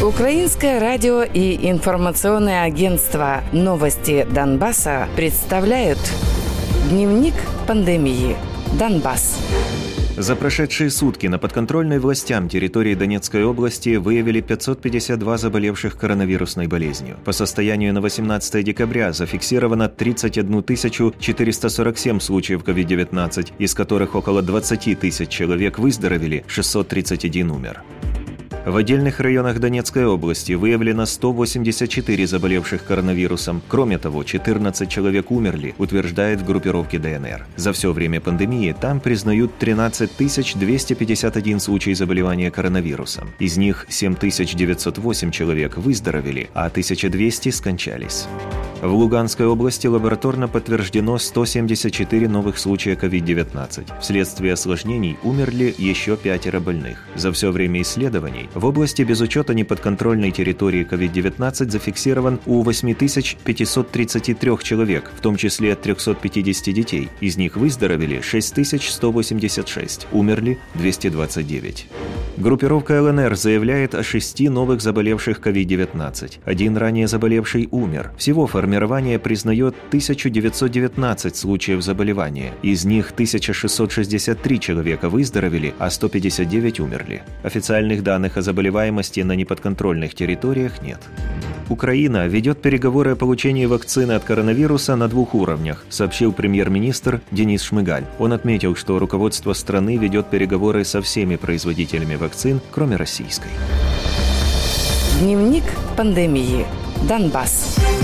Украинское радио и информационное агентство «Новости Донбасса» представляют Дневник пандемии. Донбасс. За прошедшие сутки на подконтрольной властям территории Донецкой области выявили 552 заболевших коронавирусной болезнью. По состоянию на 18 декабря зафиксировано 31 447 случаев COVID-19, из которых около 20 тысяч человек выздоровели, 631 умер. В отдельных районах Донецкой области выявлено 184 заболевших коронавирусом. Кроме того, 14 человек умерли, утверждает в группировке ДНР. За все время пандемии там признают 13 251 случай заболевания коронавирусом. Из них 7908 человек выздоровели, а 1200 скончались. В Луганской области лабораторно подтверждено 174 новых случая COVID-19. Вследствие осложнений умерли еще 5 больных. За все время исследований в области без учета неподконтрольной территории COVID-19 зафиксирован у 8533 человек, в том числе от 350 детей. Из них выздоровели 6186, умерли 229. Группировка ЛНР заявляет о 6 новых заболевших COVID-19. Один ранее заболевший умер. Всего формирование признает 1919 случаев заболевания. Из них 1663 человека выздоровели, а 159 умерли. Официальных данных о заболеваемости на неподконтрольных территориях нет. Украина ведет переговоры о получении вакцины от коронавируса на 2 уровнях, сообщил премьер-министр Денис Шмыгаль. Он отметил, что руководство страны ведет переговоры со всеми производителями вакцин, кроме российской. Дневник пандемии. Донбасс.